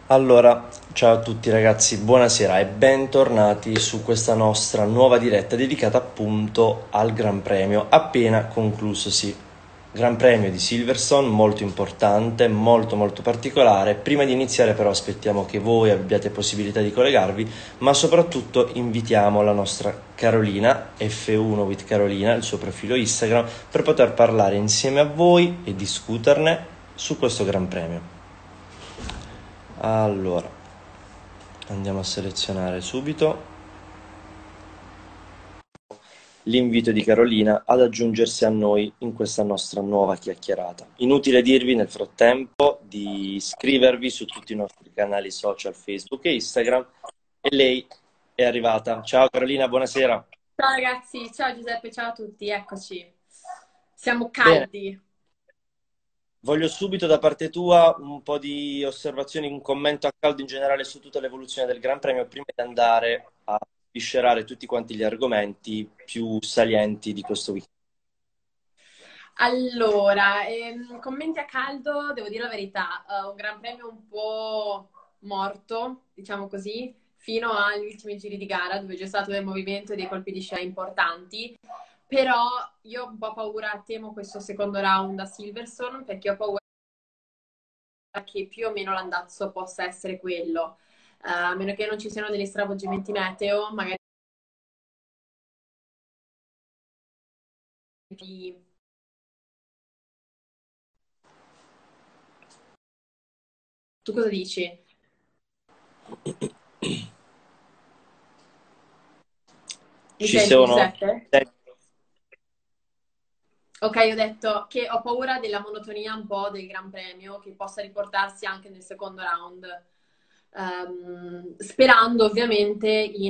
Allora, ciao a tutti ragazzi, buonasera e bentornati su questa nostra nuova diretta dedicata appunto al Gran Premio appena conclusosi. Gran Premio di Silverstone, molto importante, molto molto particolare. Prima di iniziare però aspettiamo che voi abbiate possibilità di collegarvi, ma soprattutto invitiamo la nostra Carolina, F1 with Carolina, il suo profilo Instagram, per poter parlare insieme a voi e discuterne su questo Gran Premio. Allora, andiamo a selezionare subito l'invito di Carolina ad aggiungersi a noi in questa nostra nuova chiacchierata. Inutile dirvi nel frattempo di iscrivervi su tutti i nostri canali social Facebook e Instagram e lei è arrivata. Ciao Carolina, buonasera. Ciao ragazzi, ciao Giuseppe, ciao a tutti, eccoci. Siamo Bene, caldi. voglio subito da parte tua un po' di osservazioni, un commento a caldo in generale su tutta l'evoluzione del Gran Premio prima di andare a sviscerare tutti quanti gli argomenti più salienti di questo weekend. Allora, commenti a caldo, devo dire la verità, un gran premio un po' morto, diciamo così, fino agli ultimi giri di gara, dove c'è stato del movimento e dei colpi di scena importanti. Però io ho un po' paura, temo questo secondo round a Silverstone, perché ho paura che più o meno l'andazzo possa essere quello. A meno che non ci siano degli stravolgimenti meteo, magari tu cosa dici? Mi Ci senti, sono... Giuseppe? Ok, ho detto che ho paura della monotonia un po' del Gran Premio che possa riportarsi anche nel secondo round. Sperando ovviamente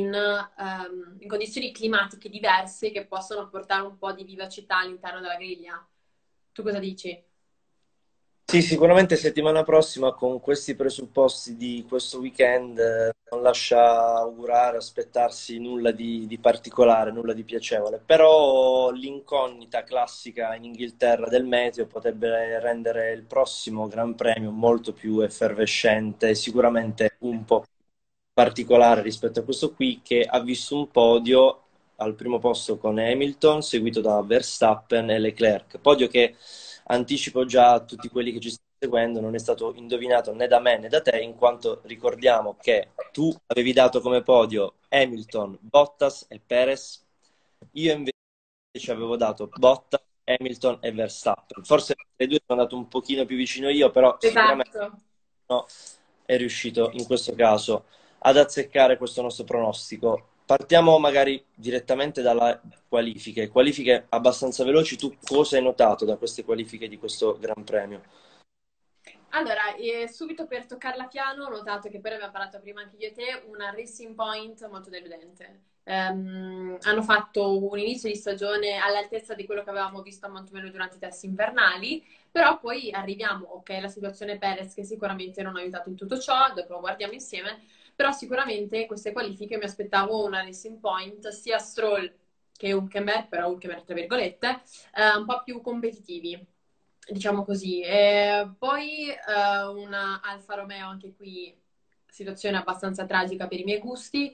in condizioni climatiche diverse che possono portare un po' di vivacità all'interno della griglia. Tu cosa dici? Sì, sicuramente settimana prossima con questi presupposti di questo weekend non lascia augurare, aspettarsi nulla di particolare, nulla di piacevole, però l'incognita classica in Inghilterra del meteo potrebbe rendere il prossimo Gran Premio molto più effervescente, sicuramente un po' particolare rispetto a questo qui che ha visto un podio al primo posto con Hamilton, seguito da Verstappen e Leclerc. Podio che anticipo già a tutti quelli che ci stanno seguendo, non è stato indovinato né da me né da te, in quanto ricordiamo che tu avevi dato come podio Hamilton, Bottas e Perez, io invece avevo dato Bottas, Hamilton e Verstappen. Forse le due sono andato un pochino più vicino io, però sicuramente Esatto. no, è riuscito in questo caso ad azzeccare questo nostro pronostico. Partiamo magari direttamente dalle qualifiche. Qualifiche abbastanza veloci. Tu cosa hai notato da queste qualifiche di questo Gran Premio? Allora, subito per toccarla piano, ho notato che poi abbiamo parlato prima anche io e te, una Racing Point molto deludente. Hanno fatto un inizio di stagione all'altezza di quello che avevamo visto a Montemelo durante i test invernali, però poi arriviamo, ok, la situazione Perez che sicuramente non ha aiutato in tutto ciò, dopo lo guardiamo insieme, però sicuramente queste qualifiche mi aspettavo una Racing Point sia Stroll che Hülkenberg, però Hülkenberg tra virgolette, un po' più competitivi, diciamo così. E poi una Alfa Romeo, anche qui situazione abbastanza tragica per i miei gusti,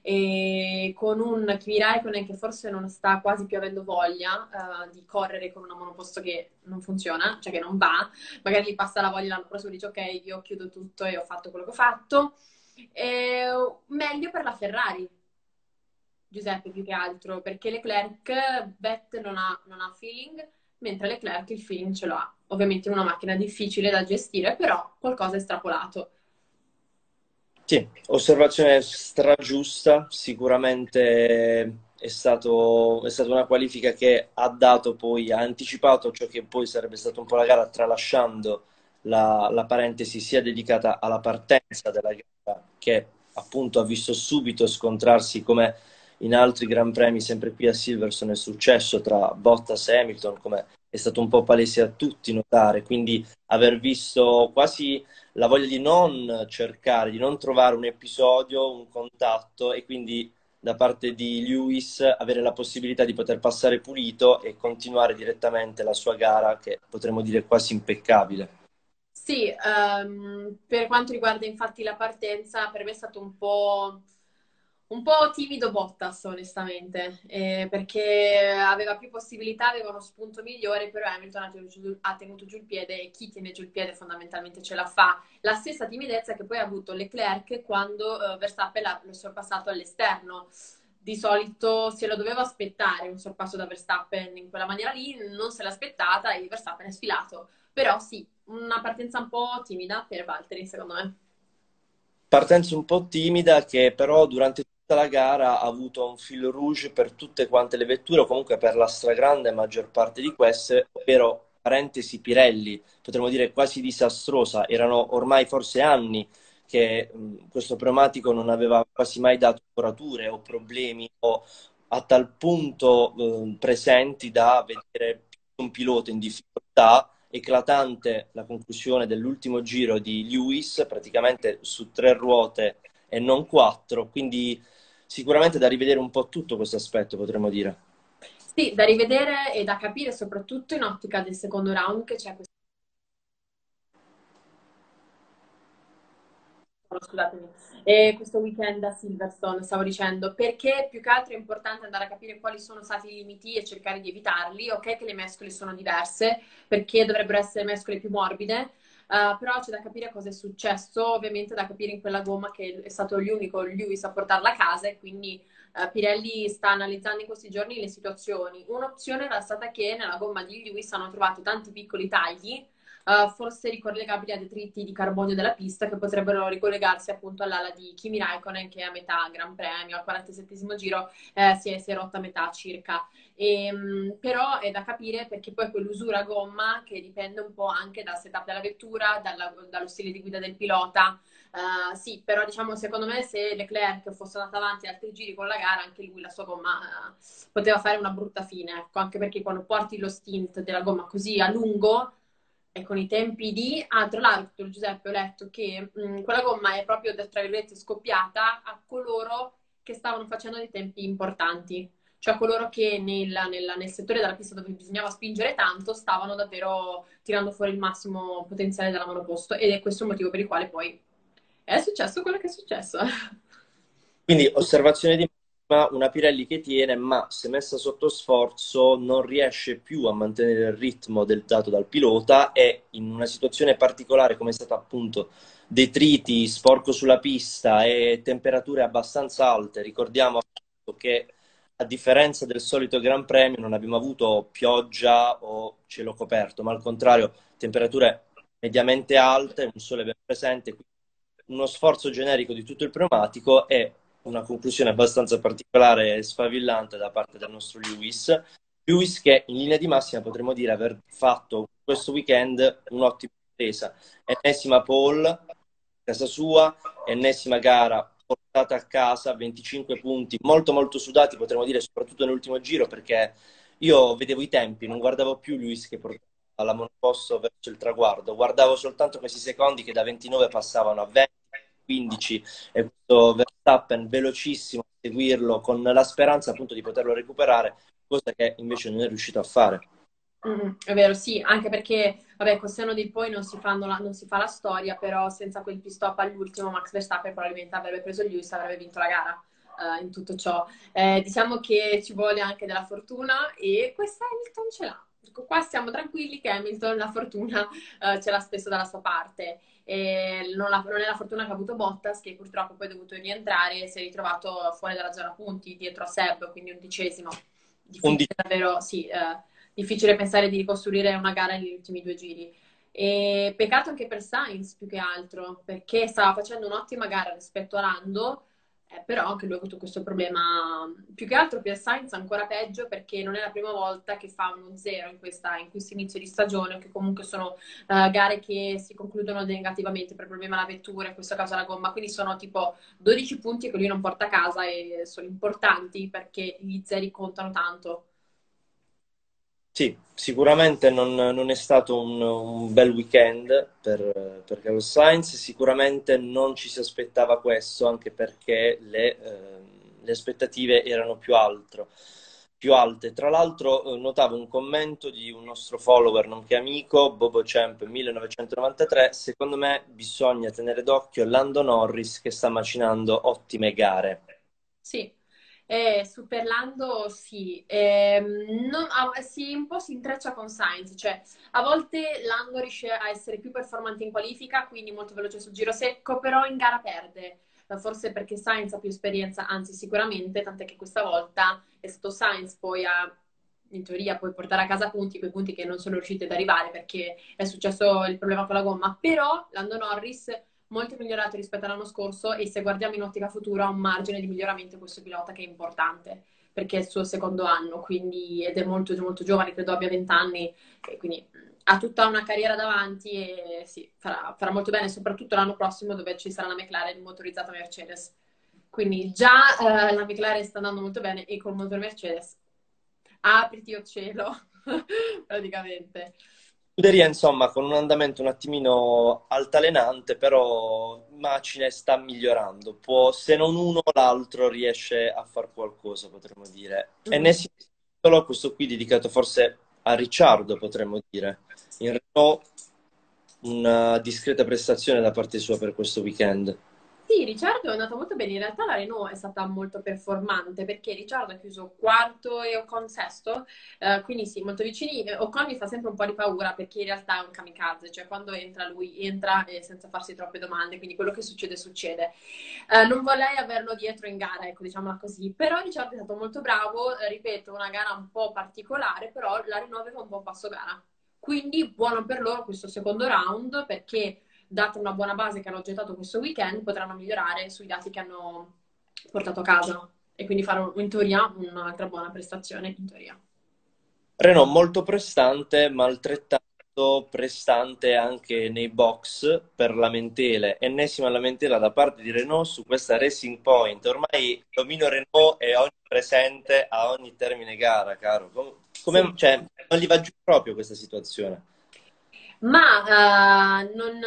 e con un Kimi Raikkonen che forse non sta quasi più avendo voglia di correre con una monoposto che non funziona, cioè che non va, magari gli passa la voglia l'anno prossimo e dice ok, io chiudo tutto e ho fatto quello che ho fatto. E, meglio per la Ferrari, Giuseppe, più che altro, perché Leclerc, Vettel non ha feeling, mentre Leclerc il feeling ce lo ha. Ovviamente è una macchina difficile da gestire, però qualcosa è estrapolato. Sì, osservazione stragiusta, sicuramente è stata una qualifica che ha dato poi, ha anticipato ciò che poi sarebbe stata un po' la gara, tralasciando la parentesi sia dedicata alla partenza della gara, che appunto ha visto subito scontrarsi come in altri Gran Premi, sempre qui a Silverstone è successo tra Bottas e Hamilton, come è stato un po' palese a tutti notare, quindi aver visto quasi la voglia di non cercare, di non trovare un episodio, un contatto e quindi da parte di Lewis avere la possibilità di poter passare pulito e continuare direttamente la sua gara che potremmo dire quasi impeccabile. Sì, per quanto riguarda infatti la partenza, per me è stato un po' timido Bottas, onestamente, perché aveva più possibilità, aveva uno spunto migliore, però Hamilton ha tenuto giù il piede e chi tiene giù il piede fondamentalmente ce la fa. La stessa timidezza che poi ha avuto Leclerc quando Verstappen l'ha sorpassato all'esterno. Di solito se lo doveva aspettare un sorpasso da Verstappen in quella maniera lì, non se l'ha aspettata e Verstappen è sfilato. Però sì, una partenza un po' timida per Valtteri, secondo me. Partenza un po' timida che però durante tutta la gara ha avuto un fil rouge per tutte quante le vetture, o comunque per la stragrande maggior parte di queste, ovvero parentesi Pirelli, potremmo dire quasi disastrosa. Erano ormai forse anni che questo pneumatico non aveva quasi mai dato forature o problemi o a tal punto presenti da vedere un pilota in difficoltà. Eclatante la conclusione dell'ultimo giro di Lewis, praticamente su tre ruote e non quattro, quindi sicuramente da rivedere un po' tutto questo aspetto, potremmo dire. Sì, da rivedere e da capire soprattutto in ottica del secondo round che c'è scusatemi, questo weekend a Silverstone, stavo dicendo, perché più che altro è importante andare a capire quali sono stati i limiti e cercare di evitarli. Ok, che le mescole sono diverse, perché dovrebbero essere mescole più morbide, però c'è da capire cosa è successo, ovviamente da capire in quella gomma che è stato l'unico Lewis a portarla a casa e quindi Pirelli sta analizzando in questi giorni le situazioni. Un'opzione era stata che nella gomma di Lewis hanno trovato tanti piccoli tagli forse ricollegabili a detriti di carbonio della pista che potrebbero ricollegarsi appunto all'ala di Kimi Raikkonen che a metà Gran Premio, al 47esimo giro, si è rotta a metà circa. Però è da capire perché poi quell'usura a gomma che dipende un po' anche dal setup della vettura, dallo stile di guida del pilota. Sì, però diciamo secondo me se Leclerc fosse andato avanti altri giri con la gara, anche lui la sua gomma poteva fare una brutta fine, ecco, anche perché quando porti lo stint della gomma così a lungo e con i tempi di... Ah, tra l'altro, Giuseppe, ho letto che quella gomma è proprio, tra virgolette, scoppiata a coloro che stavano facendo dei tempi importanti. Cioè coloro che nel settore della pista dove bisognava spingere tanto stavano davvero tirando fuori il massimo potenziale della monoposto ed è questo il motivo per il quale poi è successo quello che è successo. Quindi osservazione di massima, una Pirelli che tiene, ma se messa sotto sforzo non riesce più a mantenere il ritmo dato dal pilota e in una situazione particolare come è stata appunto detriti, sporco sulla pista e temperature abbastanza alte. Ricordiamo appunto che a differenza del solito Gran Premio non abbiamo avuto pioggia o cielo coperto, ma al contrario temperature mediamente alte, un sole ben presente, quindi uno sforzo generico di tutto il pneumatico e una conclusione abbastanza particolare e sfavillante da parte del nostro Lewis. Lewis che in linea di massima potremmo dire aver fatto questo weekend un'ottima impresa. Ennesima pole a casa sua, ennesima gara portata a casa, 25 punti, molto molto sudati potremmo dire, soprattutto nell'ultimo giro perché io vedevo i tempi, non guardavo più Lewis che portava la monoposto verso il traguardo, guardavo soltanto questi secondi che da 29 passavano a 20, 15 e questo Verstappen velocissimo a seguirlo con la speranza appunto di poterlo recuperare, cosa che invece non è riuscito a fare. È vero, sì, anche perché, vabbè, col senno di poi non si fa la storia, però senza quel pit stop all'ultimo Max Verstappen probabilmente avrebbe preso il Lewis e avrebbe vinto la gara in tutto ciò. Diciamo che ci vuole anche della fortuna e questa Hamilton ce l'ha. Ecco, qua stiamo tranquilli che Hamilton la fortuna ce l'ha spesso dalla sua parte. E non è la fortuna che ha avuto Bottas, che purtroppo poi è dovuto rientrare e si è ritrovato fuori dalla zona punti, dietro a Seb, quindi 11°. Difficile 11. davvero, sì, difficile pensare di ricostruire una gara negli ultimi due giri. E peccato anche per Sainz più che altro, perché stava facendo un'ottima gara rispetto a Lando, però anche lui ha avuto questo problema. Più che altro per Sainz ancora peggio perché non è la prima volta che fa uno zero in questo inizio di stagione, che comunque sono gare che si concludono negativamente per problema alla vettura, in questo caso alla gomma, quindi sono tipo 12 punti che lui non porta a casa e sono importanti perché gli zeri contano tanto. Sì, sicuramente non è stato un bel weekend per Carlos Sainz, sicuramente non ci si aspettava questo, anche perché le aspettative erano più alte. più alte. Tra l'altro notavo un commento di un nostro follower, nonché amico, BoboChamp 1993, secondo me bisogna tenere d'occhio Lando Norris che sta macinando ottime gare. Sì, su per Lando sì. Un po' si intreccia con Sainz, cioè a volte Lando riesce a essere più performante in qualifica, quindi molto veloce sul giro secco, però in gara perde. Forse perché Sainz ha più esperienza, anzi sicuramente, tant'è che questa volta è stato Sainz poi in teoria, poi portare a casa punti, quei punti che non sono riusciti ad arrivare perché è successo il problema con la gomma, però Lando Norris molto migliorato rispetto all'anno scorso e se guardiamo in ottica futura ha un margine di miglioramento questo pilota che è importante perché è il suo secondo anno quindi, ed è molto, molto giovane, credo abbia 20 anni e quindi ha tutta una carriera davanti e sì, farà molto bene soprattutto l'anno prossimo dove ci sarà la McLaren motorizzata Mercedes. Quindi già la McLaren sta andando molto bene e col motore Mercedes apriti o cielo praticamente. Scuderia, insomma, con un andamento un attimino altalenante, però Macine sta migliorando. Se non uno, l'altro riesce a far qualcosa, potremmo dire. Mhm. Ennesimo titolo, questo qui dedicato forse a Ricciardo, potremmo dire. In Renault, una discreta prestazione da parte sua per questo weekend. Sì, Ricciardo è andato molto bene. In realtà la Renault è stata molto performante perché Ricciardo ha chiuso quarto e Ocon sesto, quindi sì, molto vicini. Ocon mi fa sempre un po' di paura perché in realtà è un kamikaze, cioè quando entra lui entra senza farsi troppe domande, quindi quello che succede succede. Non vorrei averlo dietro in gara, ecco, diciamola così. Però Ricciardo è stato molto bravo, ripeto, una gara un po' particolare, però la Renault aveva un buon passo gara. Quindi buono per loro questo secondo round perché data una buona base che hanno gettato questo weekend, potranno migliorare sui dati che hanno portato a casa e quindi fare in teoria un'altra buona prestazione in teoria. Renault molto prestante, ma altrettanto prestante anche nei box per lamentele. Ennesima lamentela da parte di Renault su questa Racing Point. Ormai il dominio Renault è onnipresente a ogni termine gara, caro. Sì. Cioè, non gli va giù proprio questa situazione. Ma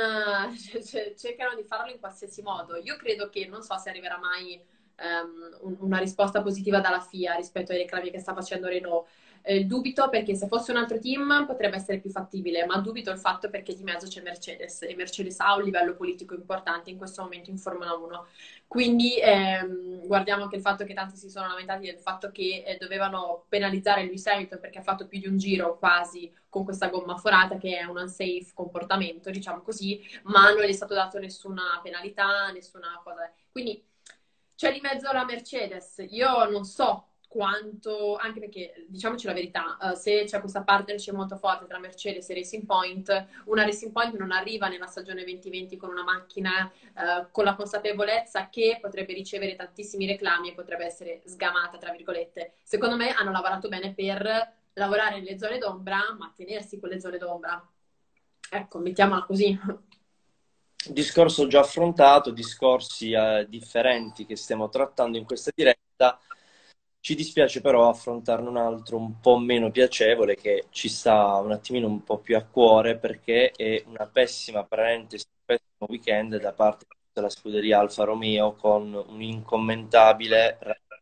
cercano di farlo in qualsiasi modo. Io credo che non so se arriverà mai una risposta positiva dalla FIA rispetto ai reclami che sta facendo Renault. Dubito perché se fosse un altro team potrebbe essere più fattibile, ma dubito il fatto perché di mezzo c'è Mercedes e Mercedes ha un livello politico importante in questo momento in Formula 1. Quindi guardiamo anche il fatto che tanti si sono lamentati del fatto che dovevano penalizzare Lewis Hamilton perché ha fatto più di un giro quasi con questa gomma forata che è un unsafe comportamento, diciamo così, ma non gli è stato dato nessuna penalità, nessuna cosa. Quindi c'è di mezzo la Mercedes. Io non so quanto, anche perché diciamoci la verità, se c'è questa partnership molto forte tra Mercedes e Racing Point, una Racing Point non arriva nella stagione 2020 con una macchina con la consapevolezza che potrebbe ricevere tantissimi reclami e potrebbe essere sgamata, tra virgolette. Secondo me hanno lavorato bene per lavorare nelle zone d'ombra, ma tenersi quelle zone d'ombra. Ecco, mettiamola così. Discorso già affrontato, discorsi differenti che stiamo trattando in questa diretta. Ci dispiace però affrontarne un altro un po' meno piacevole che ci sta un attimino un po' più a cuore perché è una pessima parentesi, un pessimo weekend da parte della scuderia Alfa Romeo con un incommentabile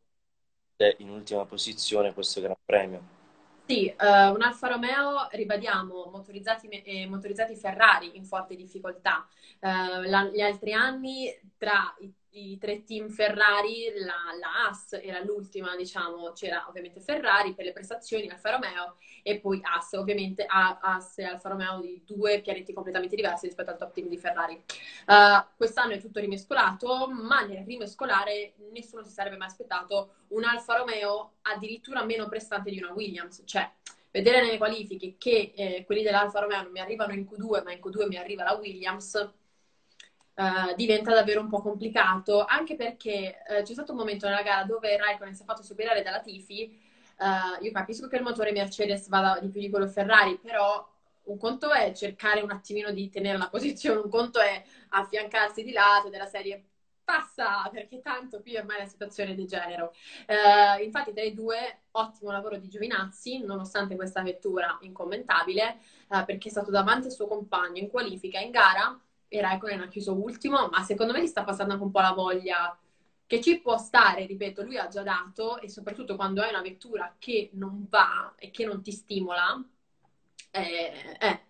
in ultima posizione questo Gran Premio. Sì, un Alfa Romeo, ribadiamo, motorizzati Ferrari in forte difficoltà. Gli altri anni tra i tre team Ferrari, la Haas era l'ultima, diciamo, c'era ovviamente Ferrari per le prestazioni, Alfa Romeo e poi Haas, ovviamente Haas e Alfa Romeo di due pianeti completamente diversi rispetto al top team di Ferrari. Quest'anno è tutto rimescolato, ma nel rimescolare nessuno si sarebbe mai aspettato un Alfa Romeo addirittura meno prestante di una Williams. Cioè, vedere nelle qualifiche che quelli dell'Alfa Romeo non mi arrivano in Q2, ma in Q2 mi arriva la Williams, diventa davvero un po' complicato, anche perché c'è stato un momento nella gara dove Raikkonen si è fatto superare dalla Tifi. Io capisco che il motore Mercedes vada di più di quello Ferrari, però un conto è cercare un attimino di tenere la posizione, un conto è affiancarsi di lato della serie passa, perché tanto qui ormai la situazione degenera. Infatti tra i due ottimo lavoro di Giovinazzi, nonostante questa vettura incommentabile, perché è stato davanti al suo compagno in qualifica, in gara, e Raikkonen ha chiuso ultimo, ma secondo me gli sta passando anche un po' la voglia che ci può stare, ripeto, lui ha già dato, e soprattutto quando hai una vettura che non va e che non ti stimola, eh, eh,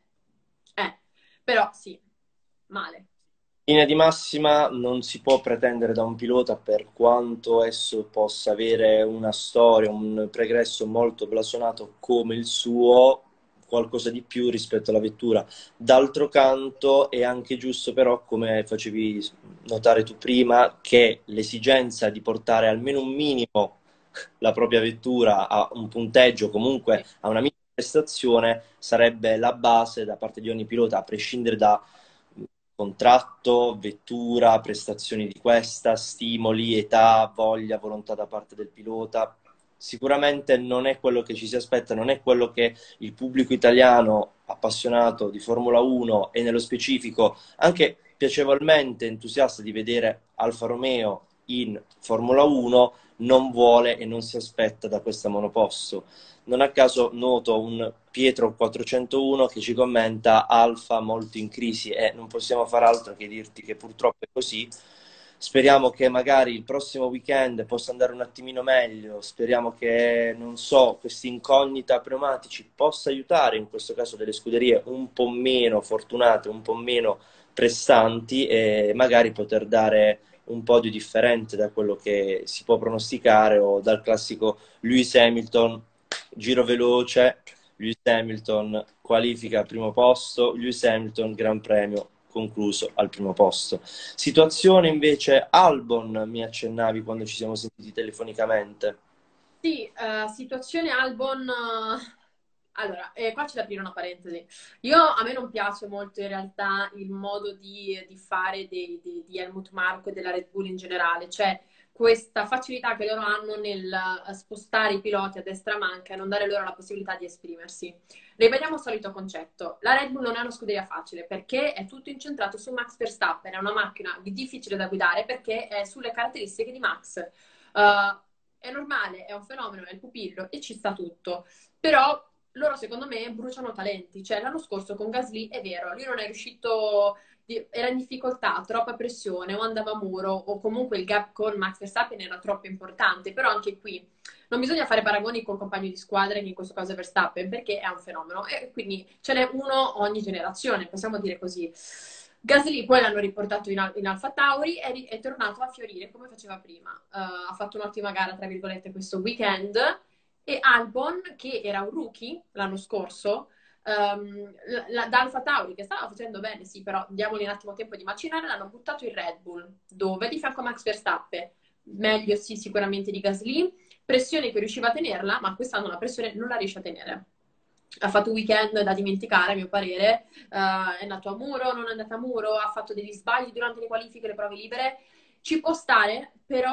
però sì, male. In linea di massima non si può pretendere da un pilota, per quanto esso possa avere una storia, un pregresso molto blasonato come il suo, qualcosa di più rispetto alla vettura. D'altro canto è anche giusto però, come facevi notare tu prima, che l'esigenza di portare almeno un minimo la propria vettura a un punteggio, comunque a una minima prestazione, sarebbe la base da parte di ogni pilota, a prescindere da contratto, vettura, prestazioni di questa, stimoli, età, voglia, volontà da parte del pilota. Sicuramente non è quello che ci si aspetta, non è quello che il pubblico italiano appassionato di Formula 1 e nello specifico anche piacevolmente entusiasta di vedere Alfa Romeo in Formula 1 non vuole e non si aspetta da questa monoposto. Non a caso noto un Pietro 401 che ci commenta Alfa molto in crisi, e non possiamo far altro che dirti che purtroppo è così. Speriamo che magari il prossimo weekend possa andare un attimino meglio, speriamo che, non so, questa incognita pneumatici possa aiutare in questo caso delle scuderie un po' meno fortunate, un po' meno pressanti, e magari poter dare un podio differente da quello che si può pronosticare, o dal classico Lewis Hamilton, giro veloce, Lewis Hamilton qualifica al primo posto, Lewis Hamilton Gran Premio concluso al primo posto. Situazione invece Albon, mi accennavi quando ci siamo sentiti telefonicamente. Sì, situazione Albon. Allora, qua c'è da aprire una parentesi. A me non piace molto in realtà il modo di fare di Helmut Marko e della Red Bull in generale, cioè questa facilità che loro hanno nel spostare i piloti a destra manca e non dare loro la possibilità di esprimersi. Ripetiamo il solito concetto. La Red Bull non è una scuderia facile perché è tutto incentrato su Max Verstappen, è una macchina difficile da guidare perché è sulle caratteristiche di Max. È normale, è un fenomeno, è il pupillo e ci sta tutto. Però loro secondo me bruciano talenti. Cioè l'anno scorso con Gasly è vero, lui non è riuscito, era in difficoltà, troppa pressione, o andava a muro, o comunque il gap con Max Verstappen era troppo importante. Però anche qui non bisogna fare paragoni col compagno di squadra, che in questo caso è Verstappen, perché è un fenomeno. E quindi ce n'è uno ogni generazione, possiamo dire così. Gasly poi l'hanno riportato in Alfa Tauri e è tornato a fiorire come faceva prima. Ha fatto un'ottima gara, tra virgolette, questo weekend. E Albon, che era un rookie l'anno scorso, da Alfa Tauri, che stava facendo bene, sì, però diamogli un attimo tempo di macinare, l'hanno buttato in Red Bull, dove di fianco a Max Verstappen. Meglio sì, sicuramente di Gasly. Pressione che riusciva a tenerla, ma quest'anno la pressione non la riesce a tenere. Ha fatto un weekend da dimenticare, a mio parere. È andato a muro, non è andato a muro, ha fatto degli sbagli durante le qualifiche, le prove libere. Ci può stare, però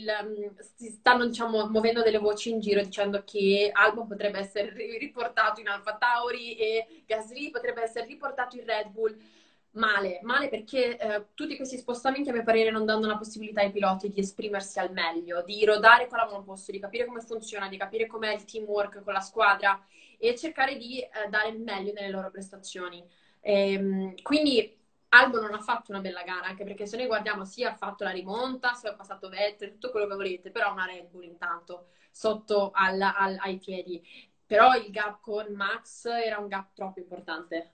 si stanno, diciamo, muovendo delle voci in giro dicendo che Albon potrebbe essere riportato in Alfa Tauri e Gasly potrebbe essere riportato in Red Bull. Male, male perché tutti questi spostamenti a mio parere non danno la possibilità ai piloti di esprimersi al meglio, di rodare con la monoposto, di capire come funziona, di capire com'è il teamwork con la squadra e cercare di dare il meglio nelle loro prestazioni. Quindi Albo non ha fatto una bella gara, anche perché se noi guardiamo, sì, ha fatto la rimonta, si è passato Vettel, tutto quello che volete, però una Red Bull intanto sotto ai piedi. Però il gap con Max era un gap troppo importante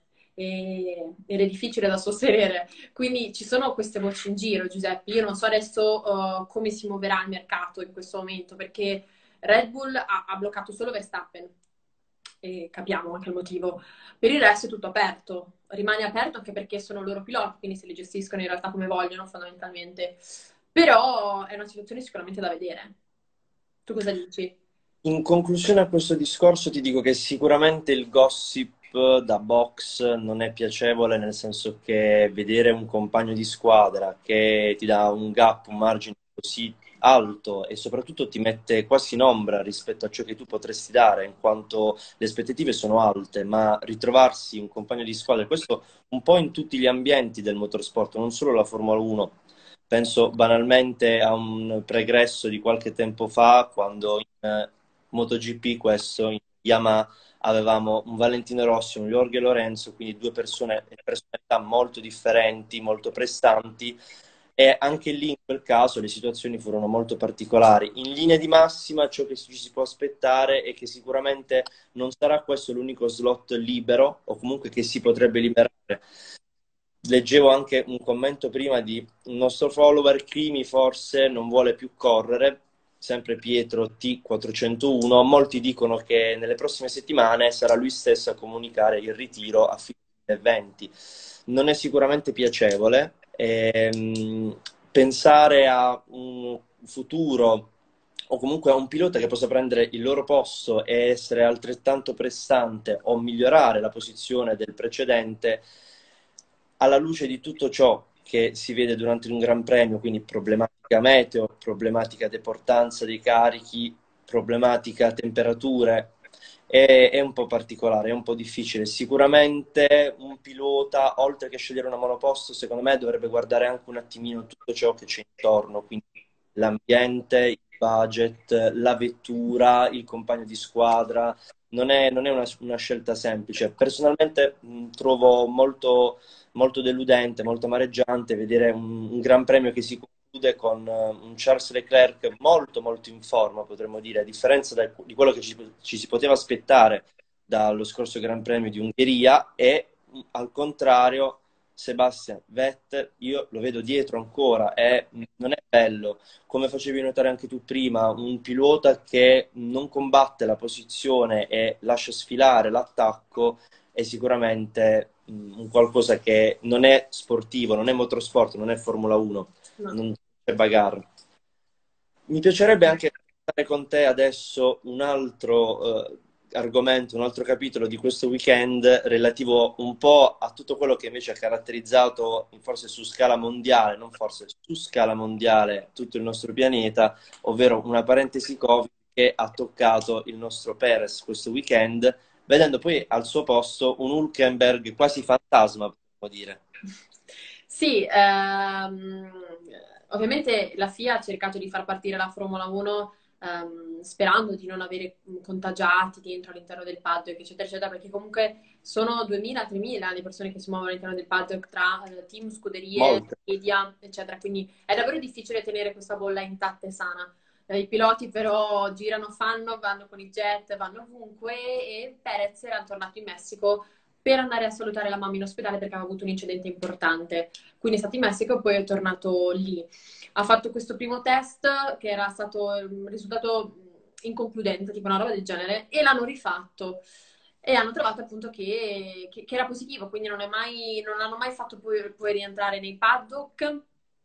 ed è difficile da sostenere. Quindi ci sono queste voci in giro, Giuseppe. Io non so adesso come si muoverà il mercato in questo momento, perché Red Bull ha bloccato solo Verstappen e capiamo anche il motivo. Per il resto è tutto aperto, rimane aperto anche perché sono loro piloti, quindi se li gestiscono in realtà come vogliono fondamentalmente. Però è una situazione sicuramente da vedere. Tu cosa dici? In conclusione a questo discorso ti dico che sicuramente il gossip da box non è piacevole, nel senso che vedere un compagno di squadra che ti dà un gap, un margine così alto e soprattutto ti mette quasi in ombra rispetto a ciò che tu potresti dare, in quanto le aspettative sono alte, ma ritrovarsi un compagno di squadra, e questo un po' in tutti gli ambienti del motorsport, non solo la Formula 1. Penso banalmente a un pregresso di qualche tempo fa, quando in MotoGP, questo in Yamaha, avevamo un Valentino Rossi, un Jorge Lorenzo, quindi due persone, personalità molto differenti, molto prestanti, E anche lì, in quel caso, le situazioni furono molto particolari. In linea di massima, ciò che ci si può aspettare è che sicuramente non sarà questo l'unico slot libero, o comunque che si potrebbe liberare. Leggevo anche un commento prima di un nostro follower, Crimi forse non vuole più correre, sempre Pietro T401. Molti dicono che nelle prossime settimane sarà lui stesso a comunicare il ritiro a fine 2020. Non è sicuramente piacevole. Pensare a un futuro o comunque a un pilota che possa prendere il loro posto e essere altrettanto prestante o migliorare la posizione del precedente, alla luce di tutto ciò che si vede durante un Gran Premio, quindi problematica meteo, problematica deportanza dei carichi, problematica temperature, è un po' particolare, è un po' difficile. Sicuramente un pilota, oltre che scegliere una monoposto, secondo me dovrebbe guardare anche un attimino tutto ciò che c'è intorno, quindi l'ambiente, il budget, la vettura, il compagno di squadra. Non è una scelta semplice. Personalmente trovo molto deludente, molto amareggiante vedere un Gran Premio che si conclude con un Charles Leclerc molto in forma, potremmo dire, a differenza di quello che ci si poteva aspettare dallo scorso Gran Premio di Ungheria, e al contrario Sebastian Vettel io lo vedo dietro ancora, e non è bello. Come facevi notare anche tu prima, un pilota che non combatte la posizione e lascia sfilare l'attacco è sicuramente un qualcosa che non è sportivo, non è motorsport, non è Formula 1, No. non c'è bagarre. Mi piacerebbe anche trattare con te adesso un altro argomento, un altro capitolo di questo weekend relativo un po' a tutto quello che invece ha caratterizzato, forse su scala mondiale, non forse, su scala mondiale, tutto il nostro pianeta, ovvero una parentesi Covid che ha toccato il nostro Perez questo weekend, vedendo poi al suo posto un Hülkenberg quasi fantasma, possiamo dire. Sì, ovviamente la FIA ha cercato di far partire la Formula 1 sperando di non avere contagiati dentro all'interno del paddock, eccetera, eccetera, perché comunque sono 2000-3000 le persone che si muovono all'interno del paddock tra team, scuderie, Molte. media, eccetera, quindi è davvero difficile tenere questa bolla intatta e sana. I piloti però girano, vanno con i jet, vanno ovunque e Perez era tornato in Messico per andare a salutare la mamma in ospedale perché aveva avuto un incidente importante. Quindi è stato in Messico e poi è tornato lì. Ha fatto questo primo test che era stato un risultato inconcludente, tipo una roba del genere, e l'hanno rifatto. E hanno trovato appunto che era positivo, quindi non hanno mai fatto poi rientrare nei paddock.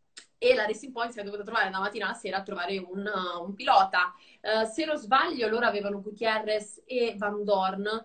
E la Racing Point si è dovuta trovare da mattina alla sera a trovare un pilota. Se non sbaglio, loro avevano Gutierrez e Van Dorn,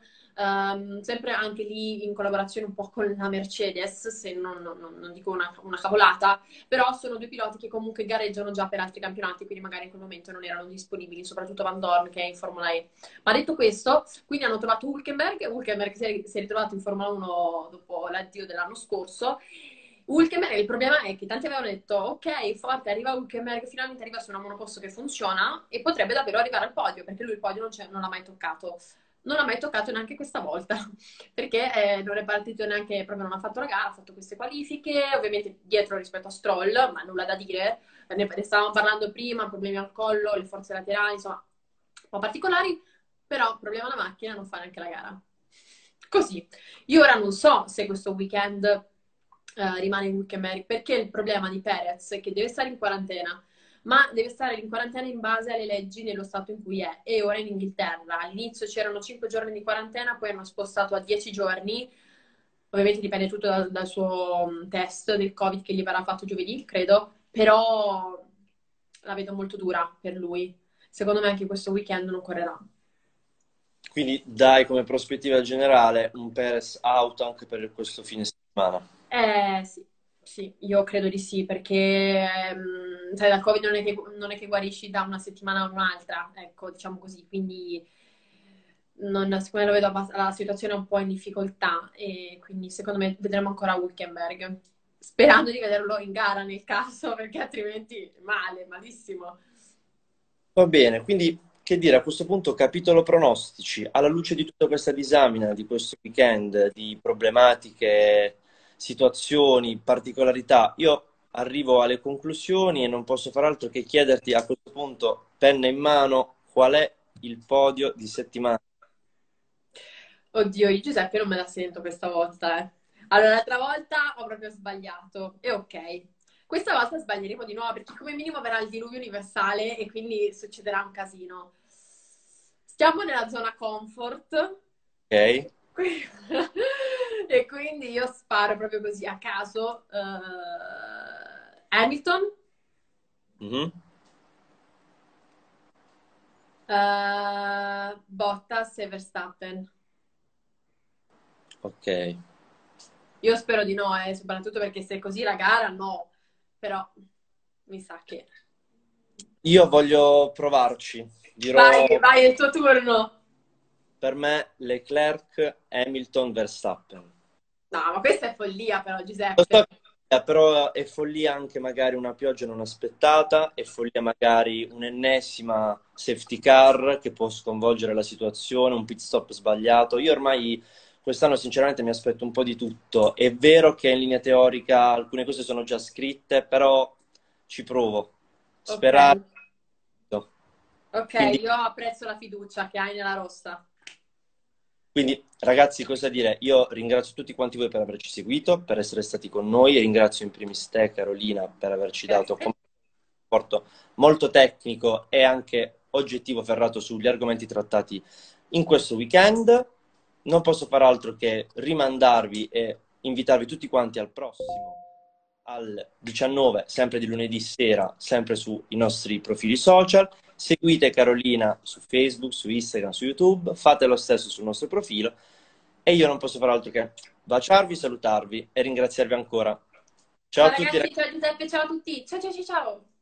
sempre anche lì in collaborazione un po' con la Mercedes, se non dico una cavolata, però sono due piloti che comunque gareggiano già per altri campionati, quindi magari in quel momento non erano disponibili, soprattutto Van Dorn che è in Formula E. Ma detto questo, quindi hanno trovato Hülkenberg si è ritrovato in Formula 1 dopo l'addio dell'anno scorso. Hülkenberg, il problema è che tanti avevano detto ok, forte, arriva Hülkenberg, finalmente arriva su una monoposto che funziona e potrebbe davvero arrivare al podio, perché lui il podio non l'ha mai toccato. Non l'ha mai toccato neanche questa volta, perché non è partito neanche, proprio non ha fatto la gara, ha fatto queste qualifiche, ovviamente dietro rispetto a Stroll, ma nulla da dire, ne stavamo parlando prima, problemi al collo, le forze laterali, insomma, un po' particolari, però problema alla macchina, non fa neanche la gara. Così. Io ora non so se questo weekend rimane in Hülkenberg, perché il problema di Perez è che deve stare in quarantena, ma deve stare in quarantena in base alle leggi nello stato in cui è. E ora in Inghilterra. All'inizio c'erano 5 giorni di quarantena, poi hanno spostato a 10 giorni. Ovviamente dipende tutto dal suo test del Covid che gli verrà fatto giovedì, credo, però la vedo molto dura per lui. Secondo me anche questo weekend non correrà. Quindi dai come prospettiva generale un Perez out anche per questo fine settimana. Sì, sì, io credo di sì, perché sai, dal Covid non è che guarisci da una settimana a un'altra, ecco, diciamo così, quindi siccome lo vedo la situazione è un po' in difficoltà e quindi secondo me vedremo ancora Hülkenberg, sperando di vederlo in gara nel caso, perché altrimenti male, malissimo. Va bene, quindi che dire, a questo punto capitolo pronostici, alla luce di tutta questa disamina di questo weekend, di problematiche, situazioni, particolarità, io arrivo alle conclusioni e non posso far altro che chiederti a questo punto, penna in mano, qual è il podio di settimana? Oddio, io Giuseppe non me la sento questa volta, eh. Allora, l'altra volta ho proprio sbagliato. E ok. Questa volta sbaglieremo di nuovo perché come minimo verrà il diluvio universale e quindi succederà un casino. Stiamo nella zona comfort. Ok? E quindi io sparo proprio così a caso. Hamilton, Mhm. Bottas e Verstappen. Ok. Io spero di no, soprattutto perché se è così la gara, no. Però mi sa che... Io voglio provarci. Vai, Dirò vai, è il tuo turno. per me Leclerc, Hamilton, Verstappen. No, ma questa è follia però, Lo Giuseppe. so, però è follia anche magari una pioggia non aspettata, è follia magari un'ennesima safety car che può sconvolgere la situazione, un pit stop sbagliato. Io ormai quest'anno sinceramente mi aspetto un po' di tutto. È vero che in linea teorica alcune cose sono già scritte, però ci provo. Ok, Sperare. ok, Quindi io apprezzo la fiducia che hai nella rossa. Quindi, ragazzi, cosa dire? Io ringrazio tutti quanti voi per averci seguito, per essere stati con noi e ringrazio in primis te, Carolina, per averci dato un Grazie. supporto molto tecnico e anche oggettivo ferrato sugli argomenti trattati in questo weekend. Non posso far altro che rimandarvi e invitarvi tutti quanti al prossimo, al 19, sempre di lunedì sera, sempre sui nostri profili social. Seguite Carolina su Facebook, su Instagram, su YouTube, fate lo stesso sul nostro profilo e io non posso fare altro che baciarvi, salutarvi e ringraziarvi ancora. Ciao Ciao a tutti ragazzi, ragazzi. ciao Giuseppe, ciao a tutti. Ciao ciao ciao ciao.